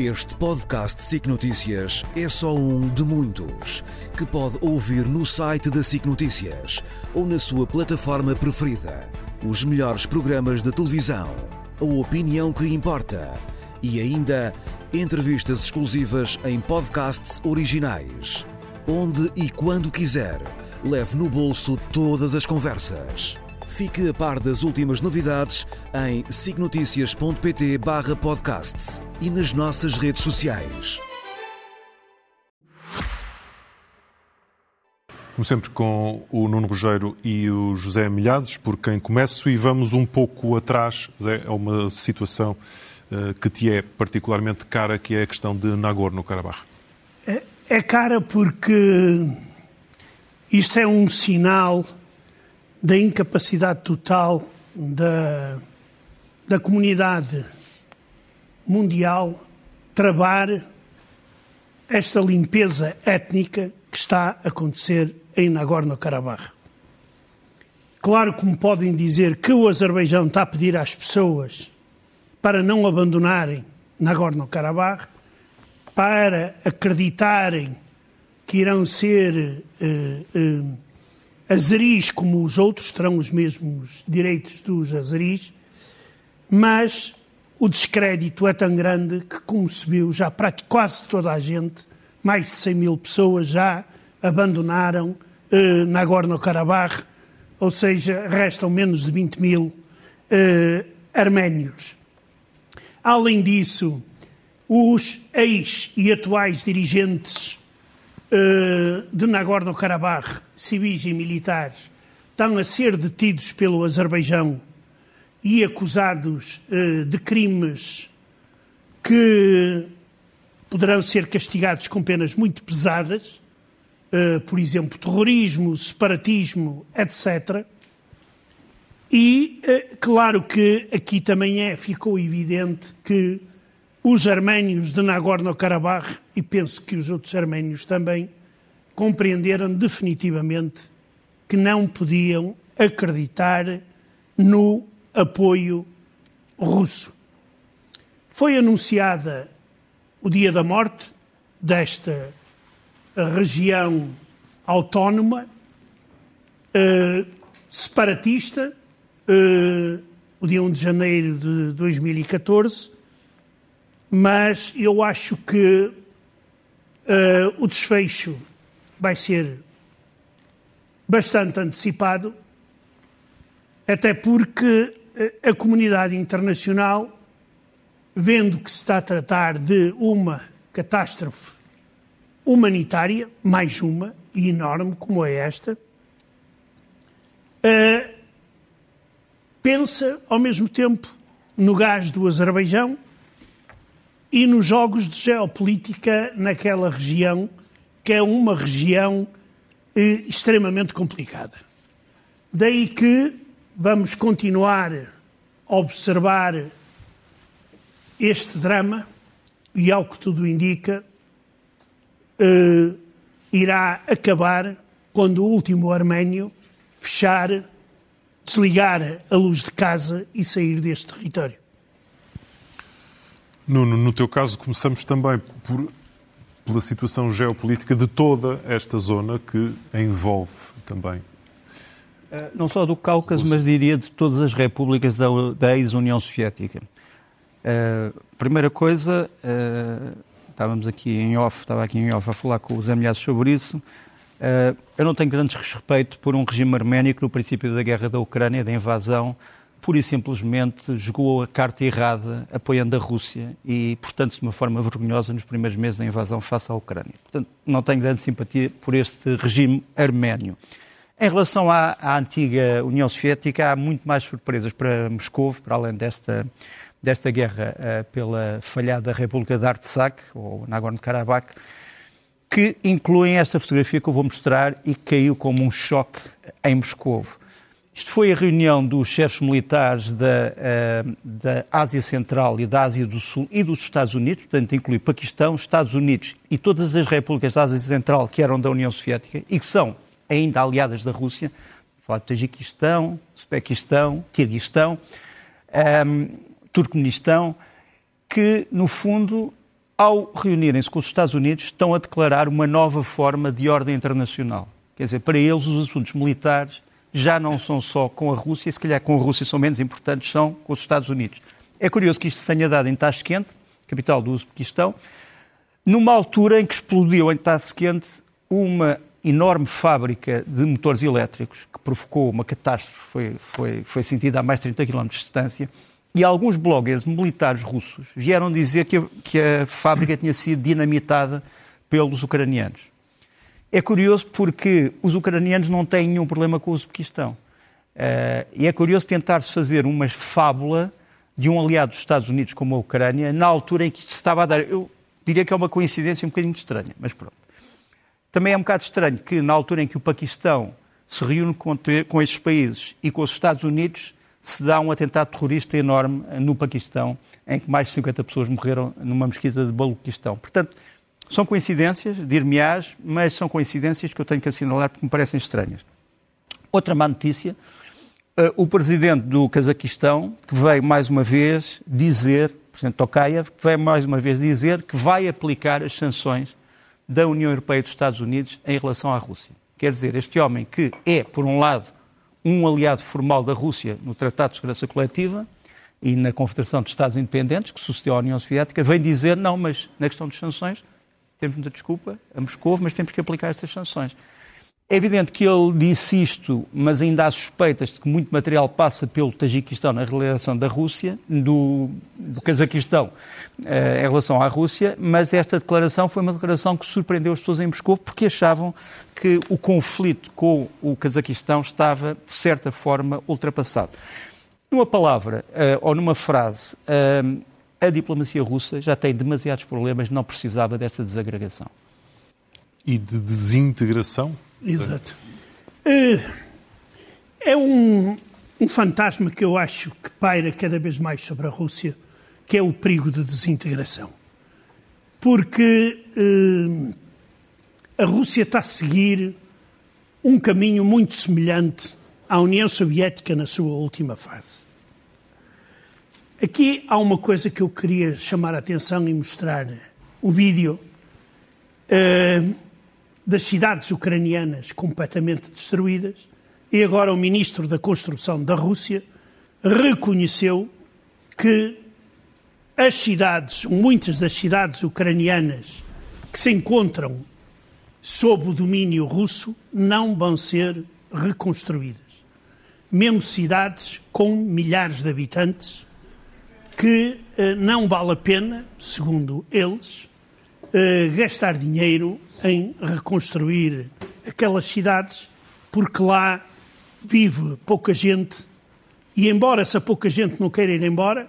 Este podcast SIC Notícias é só um de muitos que pode ouvir no site da SIC Notícias ou na sua plataforma preferida. Os melhores programas de televisão, a opinião que importa e ainda entrevistas exclusivas em podcasts originais. Onde e quando quiser, leve no bolso todas as conversas. Fique a par das últimas novidades em sicnoticias.pt/podcast e nas nossas redes sociais. Como sempre, com o Nuno Rogério e o José Milhazes, por quem começo, e vamos um pouco atrás. Zé, é uma situação que te é particularmente cara, que é a questão de Nagorno-Karabakh. É cara porque isto é um sinal da incapacidade total da comunidade mundial travar esta limpeza étnica que está a acontecer em Nagorno-Karabakh. Claro que me podem dizer que o Azerbaijão está a pedir às pessoas para não abandonarem Nagorno-Karabakh, para acreditarem que irão ser azeris como os outros, terão os mesmos direitos dos azeris, mas o descrédito é tão grande que, como se viu, já quase toda a gente, mais de 100 mil pessoas já abandonaram Nagorno-Karabakh, ou seja, restam menos de 20 mil arménios. Além disso, os ex e atuais dirigentes de Nagorno-Karabakh, civis e militares, estão a ser detidos pelo Azerbaijão e acusados de crimes que poderão ser castigados com penas muito pesadas, por exemplo, terrorismo, separatismo, etc. E, claro que aqui também ficou evidente que os arménios de Nagorno-Karabakh, e penso que os outros arménios também, compreenderam definitivamente que não podiam acreditar no apoio russo. Foi anunciada o dia da morte desta região autónoma, separatista, o dia 1 de janeiro de 2014, mas eu acho que o desfecho vai ser bastante antecipado, até porque a comunidade internacional, vendo que se está a tratar de uma catástrofe humanitária, mais uma, e enorme como é esta, pensa ao mesmo tempo no gás do Azerbaijão e nos jogos de geopolítica naquela região, que é uma região extremamente complicada. Daí que vamos continuar a observar este drama e, ao que tudo indica, irá acabar quando o último arménio fechar, desligar a luz de casa e sair deste território. Nuno, no teu caso, começamos também pela situação geopolítica de toda esta zona que envolve também. Não só do Cáucaso, mas diria de todas as repúblicas da ex-União Soviética. Primeira coisa, estava aqui em off a falar com os Milhazes sobre isso. Eu não tenho grande respeito por um regime arménio que no princípio da guerra da Ucrânia, da invasão, pura e simplesmente jogou a carta errada apoiando a Rússia e, portanto, de uma forma vergonhosa nos primeiros meses da invasão face à Ucrânia. Portanto, não tenho grande simpatia por este regime arménio. Em relação à antiga União Soviética, há muito mais surpresas para Moscovo, para além desta guerra pela falhada República de Artsakh, ou Nagorno-Karabakh, que incluem esta fotografia que eu vou mostrar e que caiu como um choque em Moscovo. Isto foi a reunião dos chefes militares da Ásia Central e da Ásia do Sul e dos Estados Unidos, portanto inclui Paquistão, Estados Unidos e todas as repúblicas da Ásia Central que eram da União Soviética e que são ainda aliadas da Rússia, falar de Tajiquistão, Uzbequistão, Quirguistão, Turcomenistão, que no fundo ao reunirem-se com os Estados Unidos, estão a declarar uma nova forma de ordem internacional. Quer dizer, para eles os assuntos militares já não são só com a Rússia, se calhar com a Rússia são menos importantes, são com os Estados Unidos. É curioso que isto se tenha dado em Tashkent, capital do Uzbequistão, numa altura em que explodiu em Tashkent uma enorme fábrica de motores elétricos que provocou uma catástrofe, foi sentida a mais de 30 km de distância, e alguns bloggers militares russos vieram dizer que a fábrica tinha sido dinamitada pelos ucranianos. É curioso porque os ucranianos não têm nenhum problema com o Uzbequistão. E é curioso tentar-se fazer uma fábula de um aliado dos Estados Unidos como a Ucrânia na altura em que isto se estava a dar. Eu diria que é uma coincidência um bocadinho estranha, mas pronto. Também é um bocado estranho que na altura em que o Paquistão se reúne com estes países e com os Estados Unidos, se dá um atentado terrorista enorme no Paquistão, em que mais de 50 pessoas morreram numa mesquita de Baluquistão. Portanto, são coincidências, dir-me-ás, mas são coincidências que eu tenho que assinalar porque me parecem estranhas. Outra má notícia, o presidente do Cazaquistão, que veio mais uma vez dizer, o presidente Tokayev, que veio mais uma vez dizer que vai aplicar as sanções da União Europeia e dos Estados Unidos em relação à Rússia. Quer dizer, este homem que é, por um lado, um aliado formal da Rússia no Tratado de Segurança Coletiva e na Confederação de Estados Independentes, que sucedeu à União Soviética, vem dizer, não, mas na questão das sanções, temos muita desculpa a Moscou, mas temos que aplicar estas sanções. É evidente que ele disse isto, mas ainda há suspeitas de que muito material passa pelo Tajiquistão na relação da Rússia, do Cazaquistão em relação à Rússia, mas esta declaração foi uma declaração que surpreendeu as pessoas em Moscou porque achavam que o conflito com o Cazaquistão estava, de certa forma, ultrapassado. Numa palavra ou numa frase, a diplomacia russa já tem demasiados problemas, não precisava desta desagregação. E de desintegração? Exato. É um fantasma que eu acho que paira cada vez mais sobre a Rússia, que é o perigo de desintegração. Porque a Rússia está a seguir um caminho muito semelhante à União Soviética na sua última fase. Aqui há uma coisa que eu queria chamar a atenção e mostrar o vídeo das cidades ucranianas completamente destruídas, e agora o ministro da Construção da Rússia reconheceu que as cidades, muitas das cidades ucranianas que se encontram sob o domínio russo não vão ser reconstruídas. Mesmo cidades com milhares de habitantes que não vale a pena, segundo eles, gastar dinheiro em reconstruir aquelas cidades, porque lá vive pouca gente e, embora essa pouca gente não queira ir embora,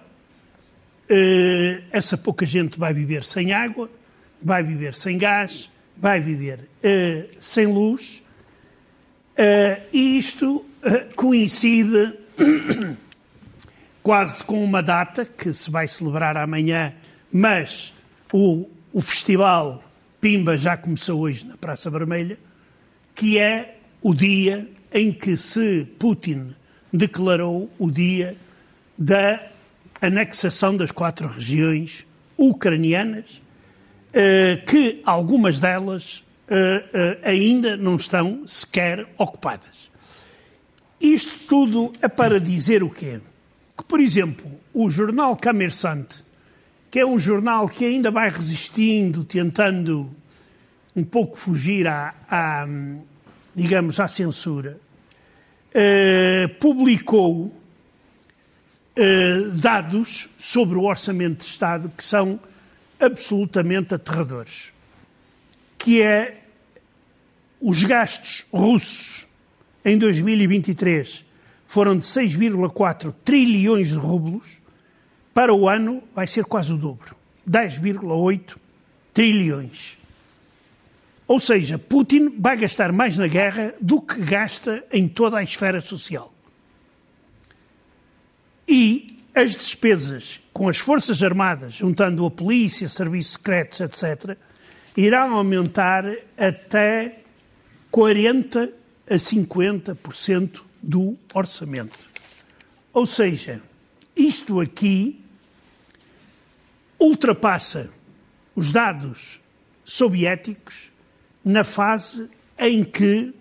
essa pouca gente vai viver sem água, vai viver sem gás, vai viver sem luz, e isto coincide quase com uma data que se vai celebrar amanhã, mas o festival Pimba já começou hoje na Praça Vermelha, que é o dia em que Putin declarou o dia da anexação das 4 regiões ucranianas, que algumas delas ainda não estão sequer ocupadas. Isto tudo é para dizer o quê? Que, por exemplo, o jornal Kommersant, que é um jornal que ainda vai resistindo, tentando um pouco fugir digamos, à censura, publicou dados sobre o Orçamento de Estado que são absolutamente aterradores, que é os gastos russos em 2023 foram de 6,4 trilhões de rublos. Para o ano vai ser quase o dobro, 10,8 trilhões. Ou seja, Putin vai gastar mais na guerra do que gasta em toda a esfera social. E as despesas com as Forças Armadas, juntando a polícia, serviços secretos, etc., irão aumentar até 40% a 50% do orçamento. Ou seja, isto aqui ultrapassa os dados soviéticos na fase em que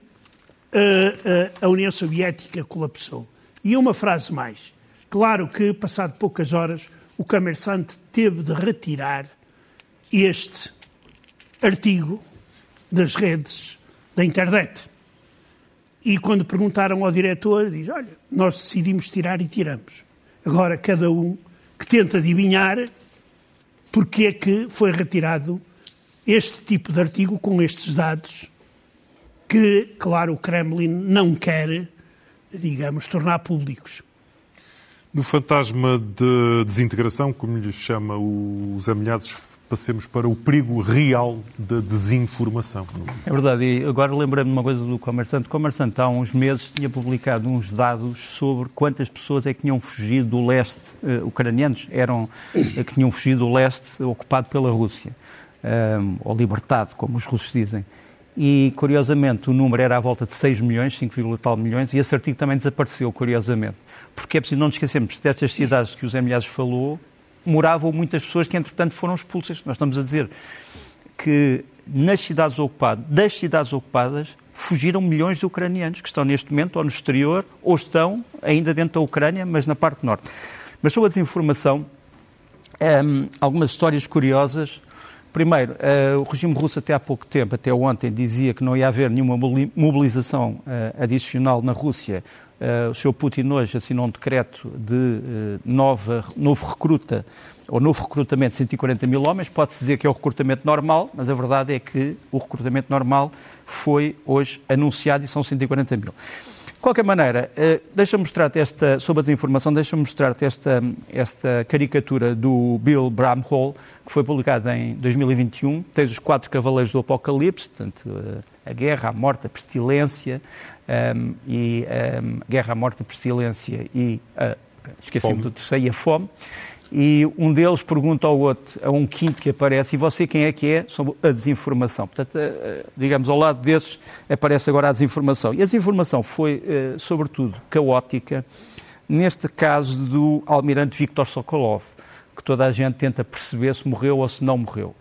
a União Soviética colapsou. E uma frase mais. Claro que, passado poucas horas, o Kommersant teve de retirar este artigo das redes da internet. E quando perguntaram ao diretor, diz, olha, nós decidimos tirar e tiramos. Agora, cada um que tenta adivinhar porque é que foi retirado este tipo de artigo com estes dados que, claro, o Kremlin não quer, digamos, tornar públicos. No fantasma de desintegração, como lhe chama o José Milhazes, passemos para o perigo real da desinformação. É verdade, e agora lembrei-me de uma coisa do Kommersant. O Kommersant há uns meses tinha publicado uns dados sobre quantas pessoas é que tinham fugido do leste, ucranianos, que tinham fugido do leste ocupado pela Rússia, ou libertado, como os russos dizem. E, curiosamente, o número era à volta de 6 milhões, 5, tal milhões, e esse artigo também desapareceu, curiosamente. Porque é preciso não nos esquecermos destas cidades que o José Milhazes falou, moravam muitas pessoas que, entretanto, foram expulsas. Nós estamos a dizer que das cidades ocupadas, fugiram milhões de ucranianos que estão neste momento ou no exterior ou estão ainda dentro da Ucrânia, mas na parte norte. Mas sobre a desinformação, algumas histórias curiosas. Primeiro, o regime russo até há pouco tempo, até ontem, dizia que não ia haver nenhuma mobilização adicional na Rússia. O Sr. Putin hoje assinou um decreto de novo recrutamento de 140 mil homens. Pode-se dizer que é o recrutamento normal, mas a verdade é que o recrutamento normal foi hoje anunciado e são 140 mil. De qualquer maneira, deixa-me mostrar-te sobre a desinformação, deixa-me mostrar-te esta caricatura do Bill Bramhall, que foi publicada em 2021. Tens os 4 cavaleiros do Apocalipse, portanto, a guerra, a morte, a pestilência, guerra, a morte, a pestilência e, esqueci-me do terceiro, e a fome. E um deles pergunta ao outro, a um quinto que aparece, e você quem é que é? Sobre a desinformação. Portanto, digamos, ao lado desses aparece agora a desinformação. E a desinformação foi, sobretudo, caótica, neste caso do almirante Viktor Sokolov, que toda a gente tenta perceber se morreu ou se não morreu.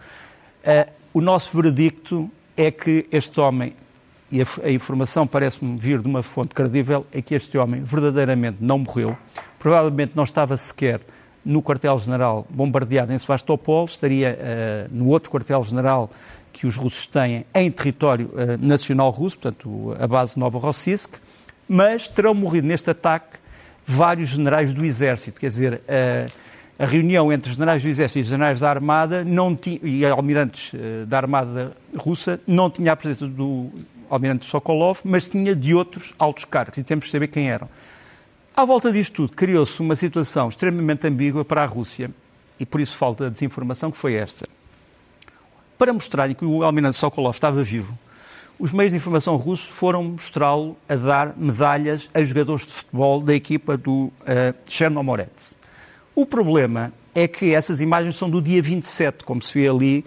O nosso veredicto é que este homem, e a informação parece-me vir de uma fonte credível, é que este homem verdadeiramente não morreu, provavelmente não estava sequer no quartel-general bombardeado em Sevastopol, estaria no outro quartel-general que os russos têm em território nacional russo, portanto a base Novorossiysk, mas terão morrido neste ataque vários generais do exército, quer dizer, a reunião entre os generais do exército e os generais da armada e almirantes da armada russa não tinha a presença do almirante Sokolov, mas tinha de outros altos cargos, e temos de saber quem eram. À volta disto tudo, criou-se uma situação extremamente ambígua para a Rússia, e por isso falta a desinformação, que foi esta. Para mostrarem que o almirante Sokolov estava vivo, os meios de informação russos foram mostrá-lo a dar medalhas a jogadores de futebol da equipa do Chernomorets. O problema é que essas imagens são do dia 27, como se vê ali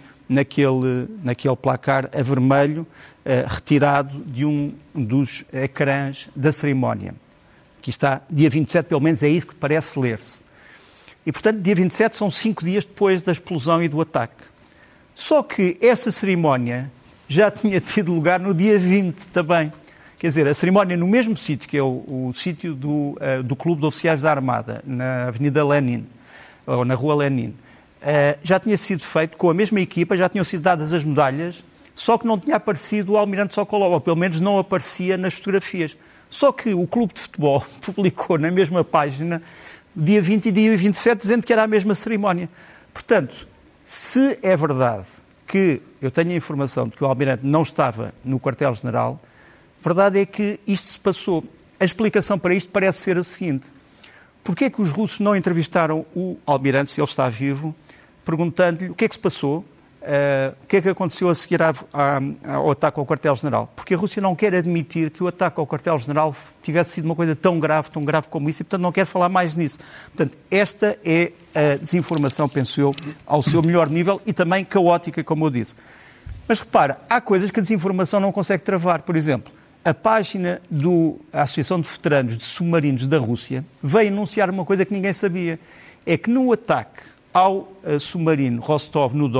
naquele placar a vermelho, retirado de um dos ecrãs da cerimónia. Aqui está, dia 27, pelo menos é isso que parece ler-se. E, portanto, dia 27 são 5 dias depois da explosão e do ataque. Só que essa cerimónia já tinha tido lugar no dia 20 também. Quer dizer, a cerimónia no mesmo sítio, que é o sítio do Clube de Oficiais da Armada, na Avenida Lenin, ou na Rua Lenin, já tinha sido feito com a mesma equipa, já tinham sido dadas as medalhas, só que não tinha aparecido o almirante Sokolov, ou pelo menos não aparecia nas fotografias. Só que o clube de futebol publicou na mesma página, dia 20 e dia 27, dizendo que era a mesma cerimónia. Portanto, se é verdade que eu tenho a informação de que o almirante não estava no quartel-general, a verdade é que isto se passou. A explicação para isto parece ser a seguinte. Porquê é que os russos não entrevistaram o almirante, se ele está vivo, perguntando-lhe o que é que se passou, o que é que aconteceu a seguir ao ataque ao quartel-general? Porque a Rússia não quer admitir que o ataque ao quartel-general tivesse sido uma coisa tão grave como isso, e, portanto, não quer falar mais nisso. Portanto, esta é a desinformação, penso eu, ao seu melhor nível e também caótica, como eu disse. Mas, repara, há coisas que a desinformação não consegue travar. Por exemplo, a página da Associação de Veteranos de Submarinos da Rússia veio anunciar uma coisa que ninguém sabia. É que no ataque ao submarino Rostov, no Don,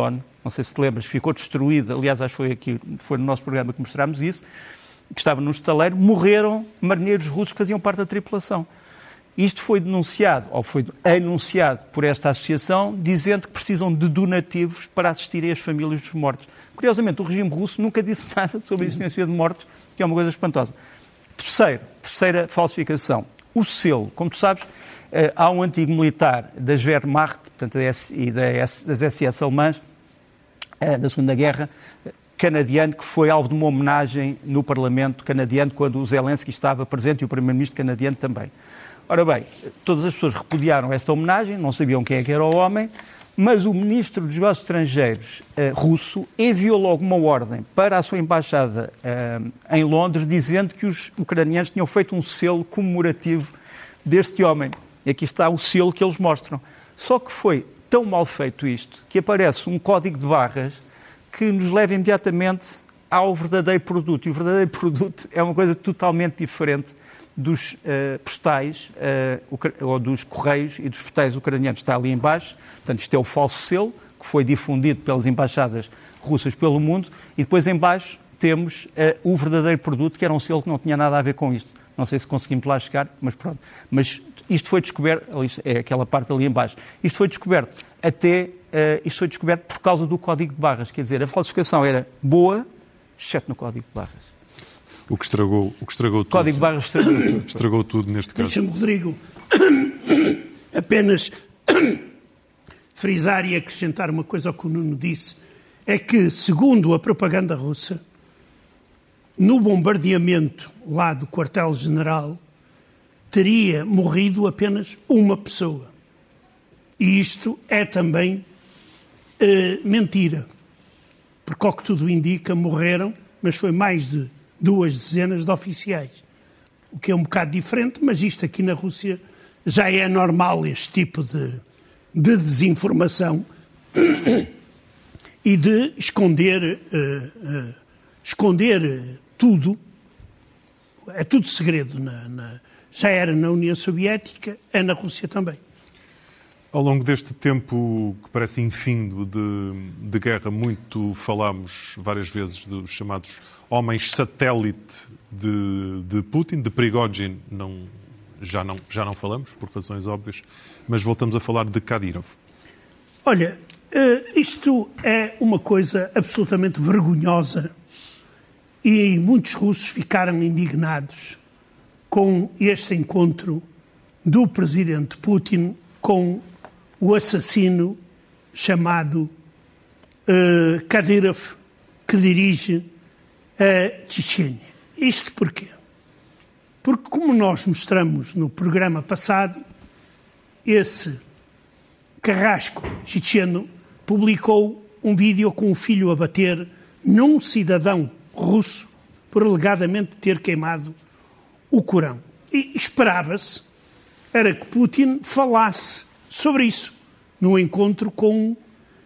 não sei se te lembras, ficou destruída, aliás, acho que foi no nosso programa que mostrámos isso, que estava num estaleiro, morreram marinheiros russos que faziam parte da tripulação. Isto foi denunciado, ou foi anunciado por esta associação, dizendo que precisam de donativos para assistirem as famílias dos mortos. Curiosamente, o regime russo nunca disse nada sobre a existência de mortos, que é uma coisa espantosa. Terceira falsificação. O selo. Como tu sabes, há um antigo militar da Wehrmacht, portanto, e das SS alemãs, na Segunda Guerra, canadiano, que foi alvo de uma homenagem no Parlamento canadiano, quando o Zelensky estava presente e o Primeiro-Ministro canadiano também. Ora bem, todas as pessoas repudiaram esta homenagem, não sabiam quem é que era o homem, mas o Ministro dos Negócios Estrangeiros russo enviou logo uma ordem para a sua embaixada em Londres, dizendo que os ucranianos tinham feito um selo comemorativo deste homem. E aqui está o selo que eles mostram. Só que foi tão mal feito isto, que aparece um código de barras que nos leva imediatamente ao verdadeiro produto. E o verdadeiro produto é uma coisa totalmente diferente dos postais, ou dos correios e dos postais ucranianos. Está ali em baixo. Portanto, isto é o falso selo, que foi difundido pelas embaixadas russas pelo mundo, e depois em baixo temos o verdadeiro produto, que era um selo que não tinha nada a ver com isto. Não sei se conseguimos lá chegar, mas pronto. Mas isto foi descoberto, é aquela parte ali em baixo, isto foi descoberto por causa do código de barras. Quer dizer, a falsificação era boa, exceto no código de barras. O que estragou tudo. O código de barras estragou tudo. Estragou tudo neste caso. Deixa-me, Rodrigo, apenas frisar e acrescentar uma coisa ao que o Nuno disse. É que, segundo a propaganda russa, no bombardeamento lá do quartel-general, teria morrido apenas uma pessoa. E isto é também mentira. Porque, ao que tudo indica, morreram, mas foi mais de 2 dezenas de oficiais. O que é um bocado diferente, mas isto aqui na Rússia já é normal, este tipo de desinformação e de esconder tudo. É tudo segredo. Já era na União Soviética, é na Rússia também. Ao longo deste tempo que parece infindo de guerra, muito falámos várias vezes dos chamados homens satélite de Putin, de Prigozhin, já não falamos, por razões óbvias, mas voltamos a falar de Kadyrov. Olha, isto é uma coisa absolutamente vergonhosa e muitos russos ficaram indignados com este encontro do presidente Putin com o assassino chamado Kadyrov, que dirige a Chechênia. Isto porquê? Porque, como nós mostramos no programa passado, esse carrasco checheno publicou um vídeo com o filho a bater num cidadão russo por alegadamente ter queimado o Corão. E esperava-se era que Putin falasse sobre isso no encontro com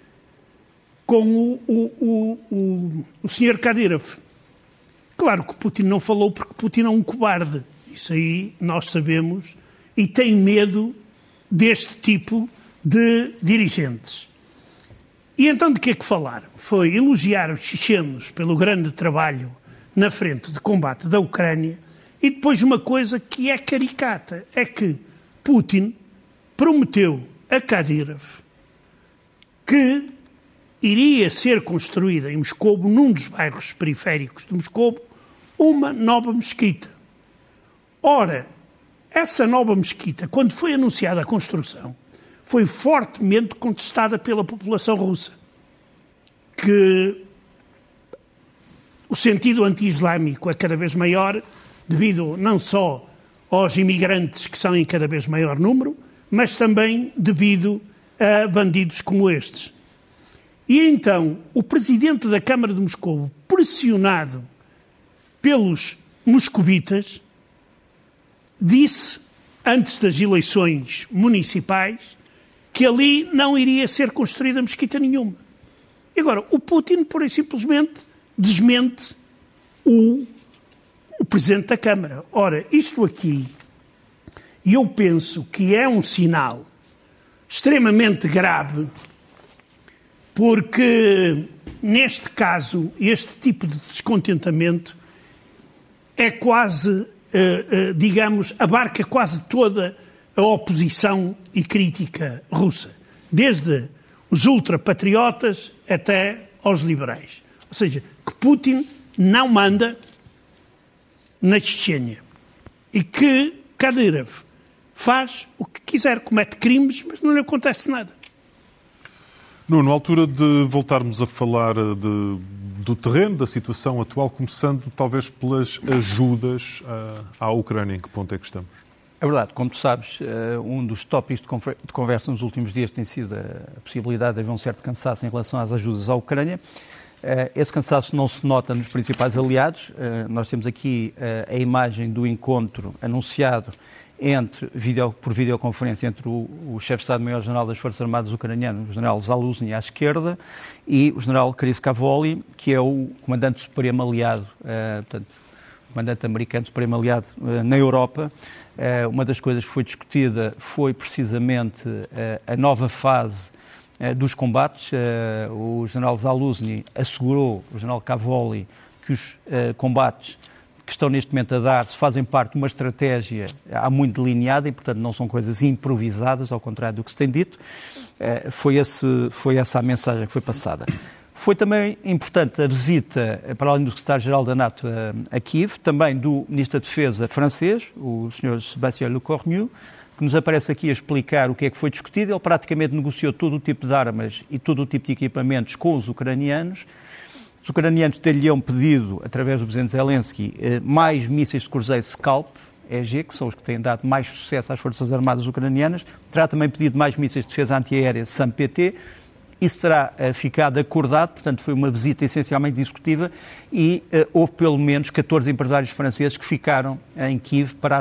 o Sr. Kadyrov. Claro que Putin não falou porque Putin é um cobarde. Isso aí nós sabemos e tem medo deste tipo de dirigentes. E então de que é que falar? Foi elogiar os chechenos pelo grande trabalho na frente de combate da Ucrânia e depois uma coisa que é caricata, é que Putin prometeu a Kadyrov que iria ser construída em Moscou, num dos bairros periféricos de Moscou, uma nova mesquita. Ora, essa nova mesquita, quando foi anunciada a construção, foi fortemente contestada pela população russa, que o sentido anti-islâmico é cada vez maior, devido não só aos imigrantes que são em cada vez maior número, mas também devido a bandidos como estes. E então, o presidente da Câmara de Moscou, pressionado pelos moscovitas, disse, antes das eleições municipais, que ali não iria ser construída mesquita nenhuma. E agora, o Putin, pura e simplesmente, desmente o presidente da Câmara. Ora, isto aqui, eu penso que é um sinal extremamente grave porque, neste caso, este tipo de descontentamento é quase, digamos, abarca quase toda a oposição e crítica russa, desde os ultrapatriotas até aos liberais. Ou seja, que Putin não manda na Chechênia e que Kadyrov faz o que quiser, comete crimes, mas não lhe acontece nada. Nuno, à altura de voltarmos a falar do terreno, da situação atual, começando talvez pelas ajudas à Ucrânia, em que ponto é que estamos? É verdade, como tu sabes, um dos tópicos de conversa nos últimos dias tem sido a possibilidade de haver um certo cansaço em relação às ajudas à Ucrânia. Esse cansaço não se nota nos principais aliados. Nós temos aqui a imagem do encontro anunciado por videoconferência entre o chefe de Estado-Maior-General das Forças Armadas ucranianas, o general Zaluzny, à esquerda, e o general Kryskavoly, que é o comandante supremo aliado, portanto, o comandante americano supremo aliado na Europa. Uma das coisas que foi discutida foi precisamente a nova fase dos combates. O general Zaluzny assegurou, o general Cavoli, que os combates que estão neste momento a dar-se fazem parte de uma estratégia há muito delineada e, portanto, não são coisas improvisadas, ao contrário do que se tem dito. Foi essa a mensagem que foi passada. Foi também importante a visita, para além do secretário-geral da NATO a Kiev, também do Ministro da Defesa francês, o Sr. Sébastien Lecornu, que nos aparece aqui a explicar o que é que foi discutido. Ele praticamente negociou todo o tipo de armas e todo o tipo de equipamentos com os ucranianos. Os ucranianos ter-lhe-ão pedido, através do presidente Zelensky, mais mísseis de cruzeiro Scalp, EG, que são os que têm dado mais sucesso às Forças Armadas ucranianas. Terá também pedido mais mísseis de defesa antiaérea SAM-PT. Isso terá ficado acordado, portanto foi uma visita essencialmente discutiva e houve pelo menos 14 empresários franceses que ficaram em Kiev para a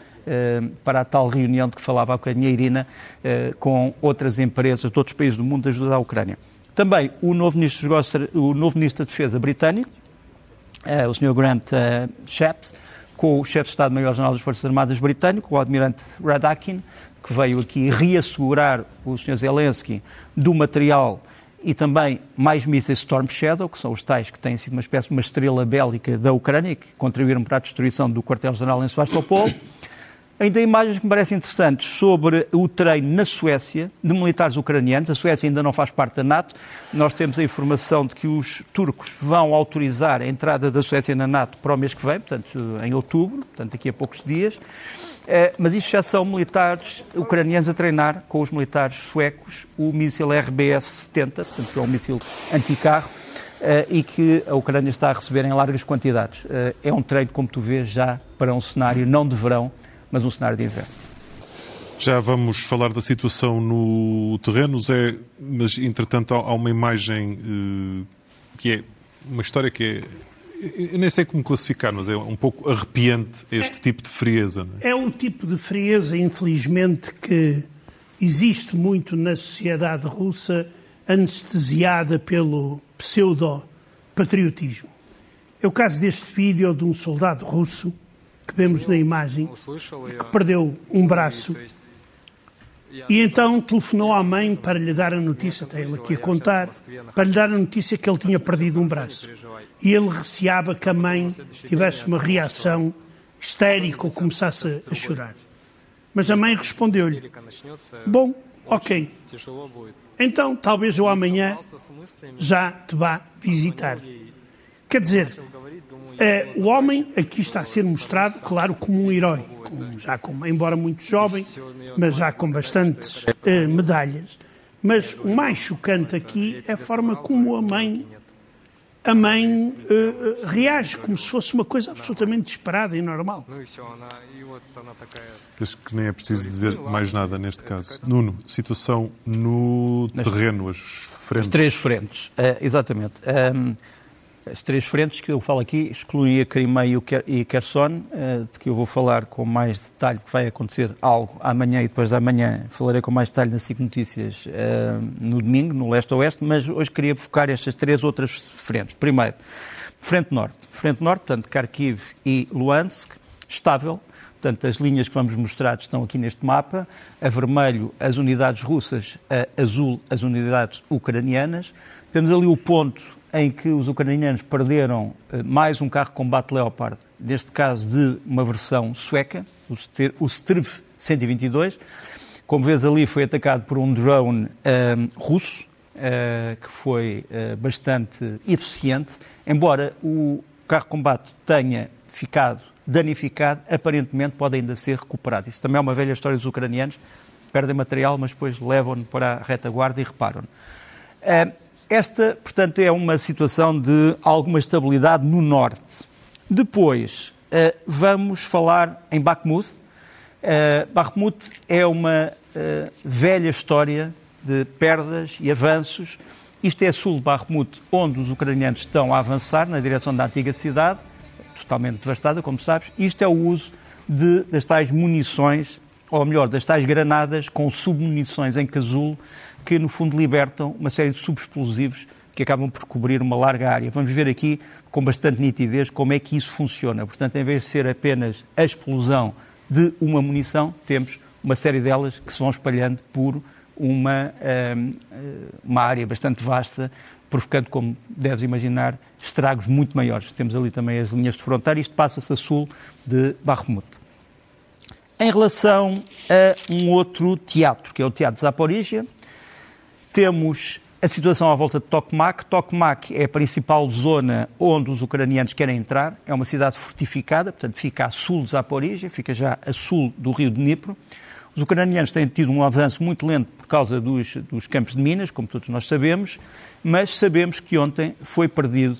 tal reunião de que falava há bocadinho a Irina, com outras empresas de outros países do mundo de ajuda à Ucrânia. Também o novo Ministro da Defesa britânico, o Sr. Grant Shapps, com o chefe de Estado-Maior-General das Forças Armadas britânico, o Almirante Radakin, que veio aqui reassegurar o Sr. Zelensky do material e também mais mísseis Storm Shadow, que são os tais que têm sido uma espécie de uma estrela bélica da Ucrânia, que contribuíram para a destruição do quartel-general em Sevastopol. Ainda imagens que me parecem interessantes sobre o treino na Suécia de militares ucranianos. A Suécia ainda não faz parte da NATO. Nós temos a informação de que os turcos vão autorizar a entrada da Suécia na NATO para o mês que vem, portanto, em outubro, portanto, daqui a poucos dias. Mas isto já são militares ucranianos a treinar com os militares suecos o míssil RBS-70, portanto, que é um míssil anticarro, e que a Ucrânia está a receber em largas quantidades. É um treino, como tu vês, já para um cenário não de verão, mas um cenário de inverno. Já vamos falar da situação no terreno, Zé, mas entretanto há uma imagem que é uma história que é, eu nem sei como classificar, mas é um pouco arrepiante este tipo de frieza. Não é? É um tipo de frieza, infelizmente, que existe muito na sociedade russa, anestesiada pelo pseudo-patriotismo. É o caso deste vídeo de um soldado russo que vemos na imagem, que perdeu um braço e então telefonou à mãe para lhe dar a notícia, até ele aqui a contar, para lhe dar a notícia que ele tinha perdido um braço. E ele receava que a mãe tivesse uma reação histérica ou começasse a chorar. Mas a mãe respondeu-lhe: bom, ok, então talvez eu amanhã já te vá visitar. Quer dizer, o homem aqui está a ser mostrado, claro, como um herói, embora muito jovem, mas já com bastantes medalhas. Mas o mais chocante aqui é a forma como a mãe reage, como se fosse uma coisa absolutamente desesperada e normal. Acho que nem é preciso dizer mais nada neste caso. Nuno, situação no terreno, as frentes. As três frentes, exatamente. As três frentes que eu falo aqui excluem a Crimeia e Kherson, de que eu vou falar com mais detalhe, porque vai acontecer algo amanhã e depois da manhã falarei com mais detalhe na SIC Notícias no domingo, no leste-oeste, mas hoje queria focar estas três outras frentes. Primeiro, Frente Norte, portanto, Kharkiv e Luhansk, estável. Portanto, as linhas que vamos mostrar estão aqui neste mapa. A vermelho, as unidades russas, a azul, as unidades ucranianas. Temos ali o ponto em que os ucranianos perderam mais um carro de combate Leopard, neste caso de uma versão sueca, o Strv 122. Como vês ali, foi atacado por um drone russo, que foi bastante eficiente. Embora o carro de combate tenha ficado danificado, aparentemente pode ainda ser recuperado. Isso também é uma velha história dos ucranianos. Perdem material, mas depois levam-no para a retaguarda e reparam-no. Esta, portanto, é uma situação de alguma estabilidade no norte. Depois, vamos falar em Bakhmut. Bakhmut é uma velha história de perdas e avanços. Isto é sul de Bakhmut, onde os ucranianos estão a avançar na direção da antiga cidade, totalmente devastada, como sabes. Isto é o uso das tais munições, ou melhor, das tais granadas com submunições em casulo, que no fundo libertam uma série de subexplosivos que acabam por cobrir uma larga área. Vamos ver aqui com bastante nitidez como é que isso funciona. Portanto, em vez de ser apenas a explosão de uma munição, temos uma série delas que se vão espalhando por uma área bastante vasta, provocando, como deves imaginar, estragos muito maiores. Temos ali também as linhas de fronteira. Isto passa-se a sul de Bakhmut. Em relação a um outro teatro, que é o Teatro de Zaporizhia, temos a situação à volta de Tokmak. Tokmak é a principal zona onde os ucranianos querem entrar. É uma cidade fortificada, portanto fica a sul de Zaporizhia, fica já a sul do rio Dnipro. Os ucranianos têm tido um avanço muito lento por causa dos campos de minas, como todos nós sabemos, mas sabemos que ontem foi perdido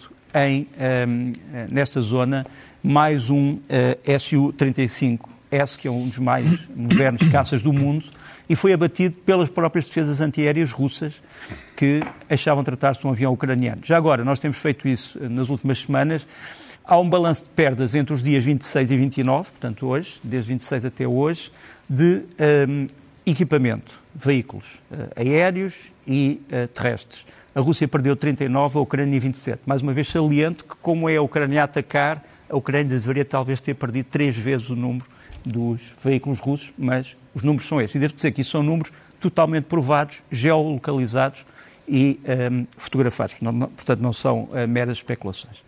nesta zona mais um Su-35S, que é um dos mais modernos caças do mundo, e foi abatido pelas próprias defesas antiaéreas russas, que achavam tratar-se de um avião ucraniano. Já agora, nós temos feito isso nas últimas semanas. Há um balanço de perdas entre os dias 26 e 29, portanto hoje, desde 26 até hoje, de equipamento, veículos aéreos e terrestres. A Rússia perdeu 39, a Ucrânia 27. Mais uma vez saliento que, como é a Ucrânia a atacar, a Ucrânia deveria talvez ter perdido 3 vezes o número dos veículos russos, mas os números são esses. E devo dizer que isso são números totalmente provados, geolocalizados e fotografados. Portanto, não são meras especulações.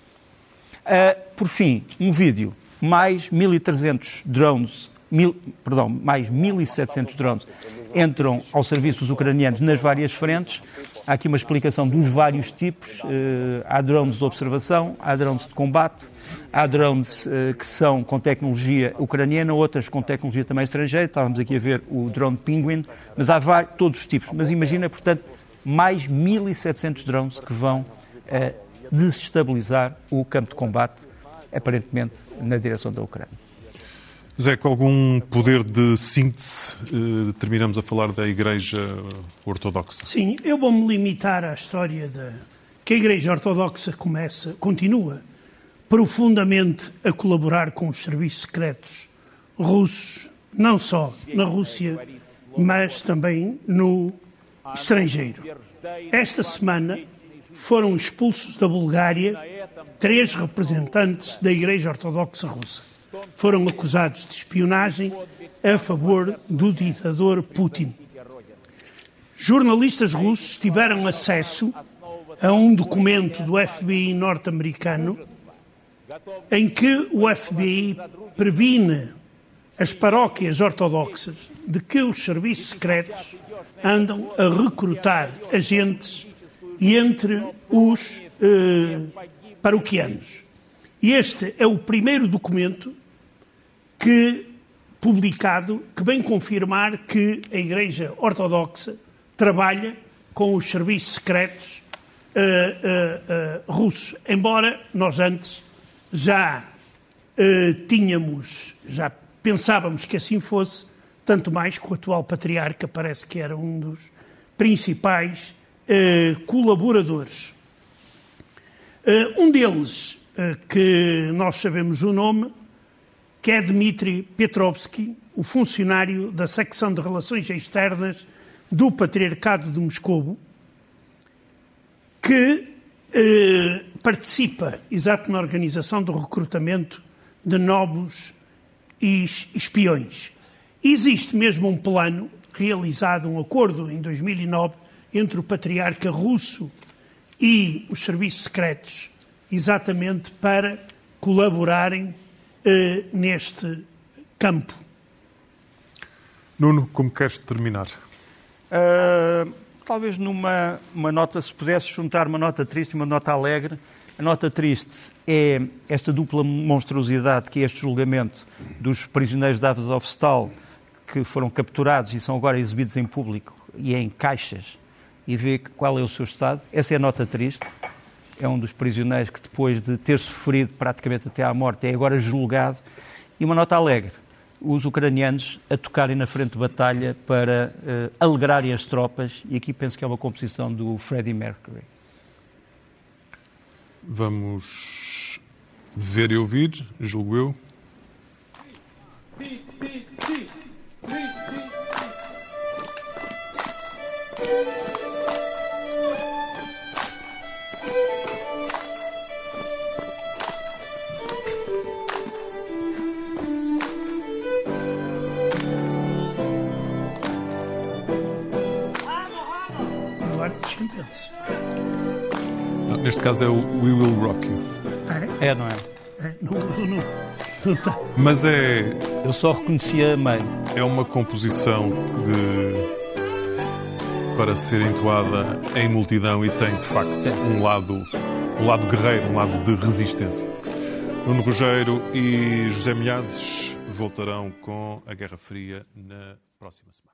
Por fim, um vídeo. Mais 1.300 drones, mais 1.700 drones entram ao serviço dos ucranianos nas várias frentes. Há aqui uma explicação dos vários tipos. Há drones de observação, há drones de combate, há drones que são com tecnologia ucraniana, outras com tecnologia também estrangeira. Estávamos aqui a ver o drone Penguin, mas há todos os tipos. Mas imagina, portanto, mais 1.700 drones que vão desestabilizar o campo de combate, aparentemente na direção da Ucrânia. Zé, com algum poder de síntese, terminamos a falar da Igreja Ortodoxa. Sim, eu vou-me limitar à história que a Igreja Ortodoxa continua profundamente a colaborar com os serviços secretos russos, não só na Rússia, mas também no estrangeiro. Esta semana foram expulsos da Bulgária 3 representantes da Igreja Ortodoxa Russa. Foram acusados de espionagem a favor do ditador Putin. Jornalistas russos tiveram acesso a um documento do FBI norte-americano em que o FBI previne as paróquias ortodoxas de que os serviços secretos andam a recrutar agentes entre os paroquianos. E este é o primeiro documento publicado que vem confirmar que a Igreja Ortodoxa trabalha com os serviços secretos russos, embora nós antes já pensávamos que assim fosse, tanto mais que o atual patriarca parece que era um dos principais colaboradores. Um deles, que nós sabemos o nome, que é Dmitry Petrovsky, o funcionário da secção de Relações Externas do Patriarcado de Moscovo, que participa exato na organização do recrutamento de novos espiões. Existe mesmo um plano, realizado um acordo em 2009 entre o patriarca russo e os serviços secretos, exatamente para colaborarem neste campo. Nuno, como queres terminar? Talvez numa nota, se pudesse juntar uma nota triste e uma nota alegre. A nota triste é esta dupla monstruosidade que é este julgamento dos prisioneiros de Azovstal, que foram capturados e são agora exibidos em público e em caixas, e ver qual é o seu estado. Essa é a nota triste. É um dos prisioneiros que, depois de ter sofrido praticamente até à morte, é agora julgado. E uma nota alegre: os ucranianos a tocarem na frente de batalha para alegrarem as tropas, e aqui penso que é uma composição do Freddie Mercury. Vamos ver e ouvir, julgo eu. Neste caso é o We Will Rock You. É, não é? Não está. Mas é... Eu só reconhecia a meio. É uma composição para ser entoada em multidão e tem, de facto, um lado guerreiro, um lado de resistência. Nuno Rogério e José Milhazes voltarão com a Guerra Fria na próxima semana.